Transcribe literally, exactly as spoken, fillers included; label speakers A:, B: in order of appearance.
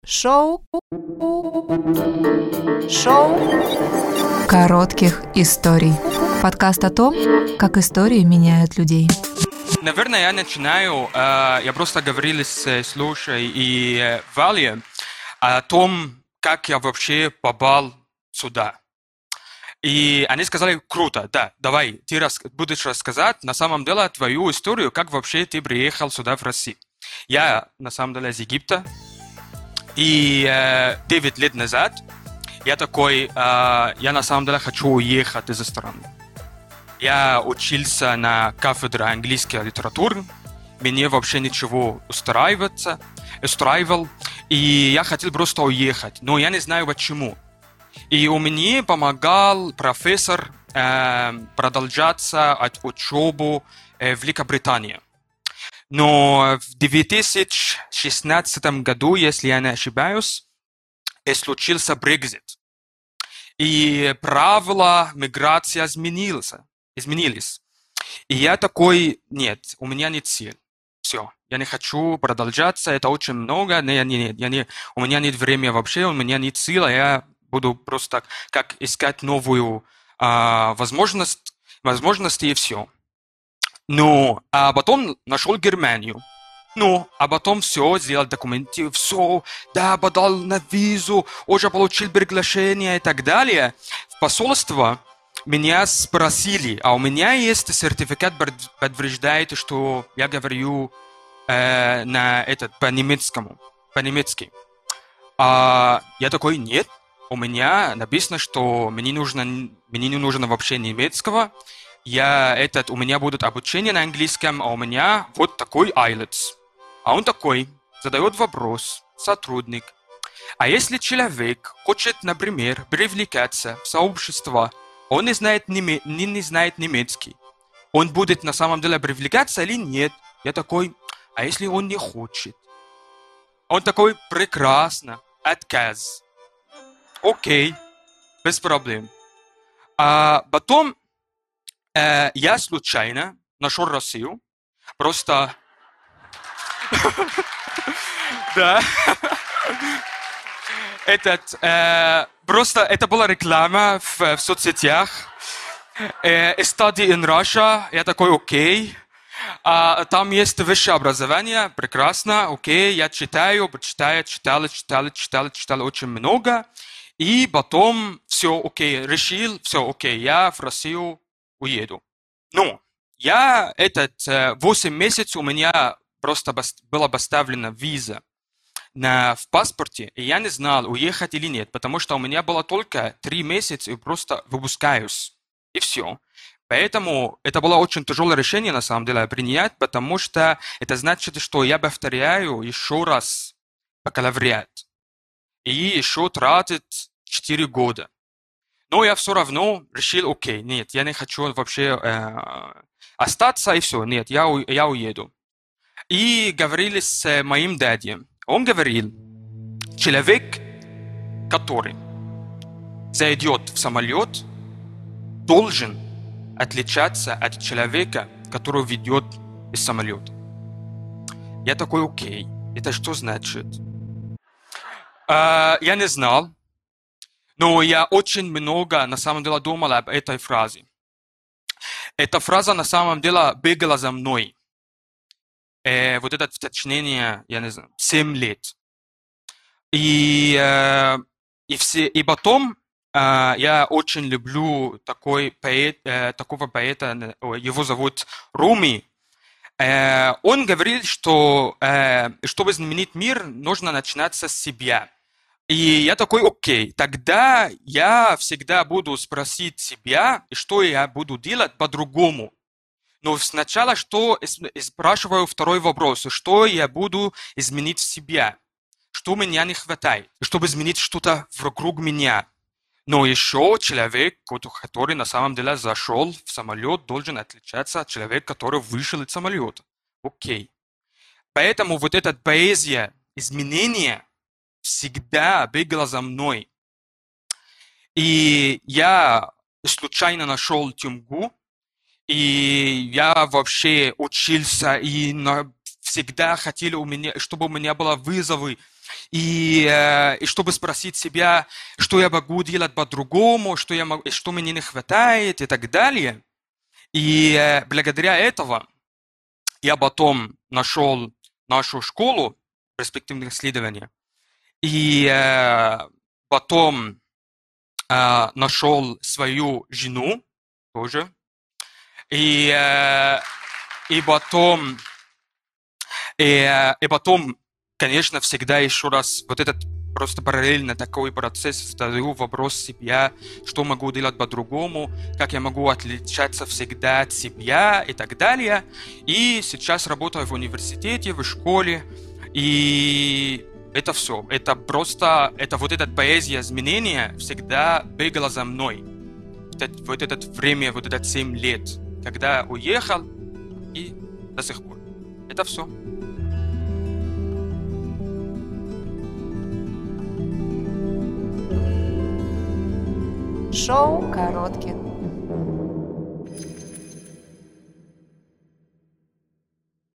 A: Шоу. Шоу коротких историй. Подкаст о том, как истории меняют людей.
B: Наверное, я начинаю, я просто говорил с Слушей и Валей о том, как я вообще попал сюда. И они сказали: круто, да, давай, ты рас... будешь рассказать на самом деле твою историю, как вообще ты приехал сюда в Россию. Я на самом деле из Египта, и э, девять лет назад я такой, э, я на самом деле хочу уехать из страны. Я учился на кафедре английской литературы, мне вообще ничего устраивается, устраивал, и я хотел просто уехать, но я не знаю почему. И у меня помогал профессор э, продолжаться от учебы э, в Великобритании. Но в две тысячи шестнадцатом году, если я не ошибаюсь, случился Brexit. И правила миграции изменились. изменились. И я такой: нет, у меня нет сил. Все, я не хочу продолжаться, это очень много, нет, нет, я не, у меня нет времени вообще, у меня нет сил, я буду просто как искать новую а, возможность, возможности и все. Ну, а потом нашел Германию. Ну, а потом все, сделал документы, все, да, подал на визу, уже получил приглашение и так далее. В посольство меня спросили, а у меня есть сертификат, подтверждает, что я говорю э, на этот, по-немецкому, по-немецки. А я такой: нет, у меня написано, что мне, нужно, мне не нужно вообще немецкого. Я этот, у меня будет обучение на английском, а у меня вот такой айлетс. А он такой задает вопрос, сотрудник: а если человек хочет, например, привлекаться в сообщество, он не знает, неме... не, не знает немецкий, он будет на самом деле привлекаться или нет? Я такой: а если он не хочет? Он такой: прекрасно, отказ. Окей, без проблем. А потом э, я случайно нашел Россию, просто... Да. Этот, э, просто это была реклама в, в соцсетях. Э, Study in Russia. Я такой: окей. А, там есть высшее образование. Прекрасно. Окей. Я читаю, читаю, читал, читал, читал, читал очень много. И потом все окей. Решил, все окей. Я в Россию уеду. Ну, я этот восемь месяцев у меня просто была поставлена виза на, в паспорте, и я не знал, уехать или нет, потому что у меня было только три месяца, и просто выпускаюсь, и все. Поэтому это было очень тяжелое решение, на самом деле, принять, потому что это значит, что я повторяю еще раз бакалавриат, и еще тратит четыре года. Но я все равно решил: окей, нет, я не хочу вообще э, остаться, и все, нет, я, я уеду. И говорили с моим дядей. Он говорил: человек, который зайдет в самолет, должен отличаться от человека, который ведет из самолета. Я такой: окей, это что значит? А, я не знал, но я очень много на самом деле думал об этой фразе. Эта фраза на самом деле бегала за мной. Э, вот это вточнение, я не знаю, семь лет. И, э, и, все, и потом э, я очень люблю такой поэт, э, такого поэта, его зовут Руми. Э, он говорит, что э, чтобы изменить мир, нужно начинать с себя. И я такой: окей, тогда я всегда буду спросить себя, что я буду делать по-другому. Но сначала что спрашиваю второй вопрос: что я буду изменить в себе, что меня не хватает, чтобы изменить что-то вокруг меня. Но еще человек, который на самом деле зашел в самолет, должен отличаться от человека, который вышел из самолета. Окей. Поэтому вот эта поэзия изменения всегда бегала за мной. И я случайно нашел Тюмгу, и я вообще учился, и на, всегда хотел, у меня, чтобы у меня были вызовы И, э, и чтобы спросить себя, что я могу делать по-другому, что, я могу, что мне не хватает и так далее. И э, благодаря этому я потом нашел нашу школу перспективных исследований. И э, потом э, нашел свою жену тоже. И, э, и потом, и, э, и потом, конечно, всегда еще раз вот этот просто параллельно такой процесс, задаю вопрос себе, что могу делать по-другому, как я могу отличаться всегда от себя и так далее. И сейчас работаю в университете, в школе, и это все. Это просто, это вот эта поэзия изменения всегда бегала за мной. Это, вот это время, вот это семь лет, когда уехал и до сих пор. Это все.
A: Шоу коротких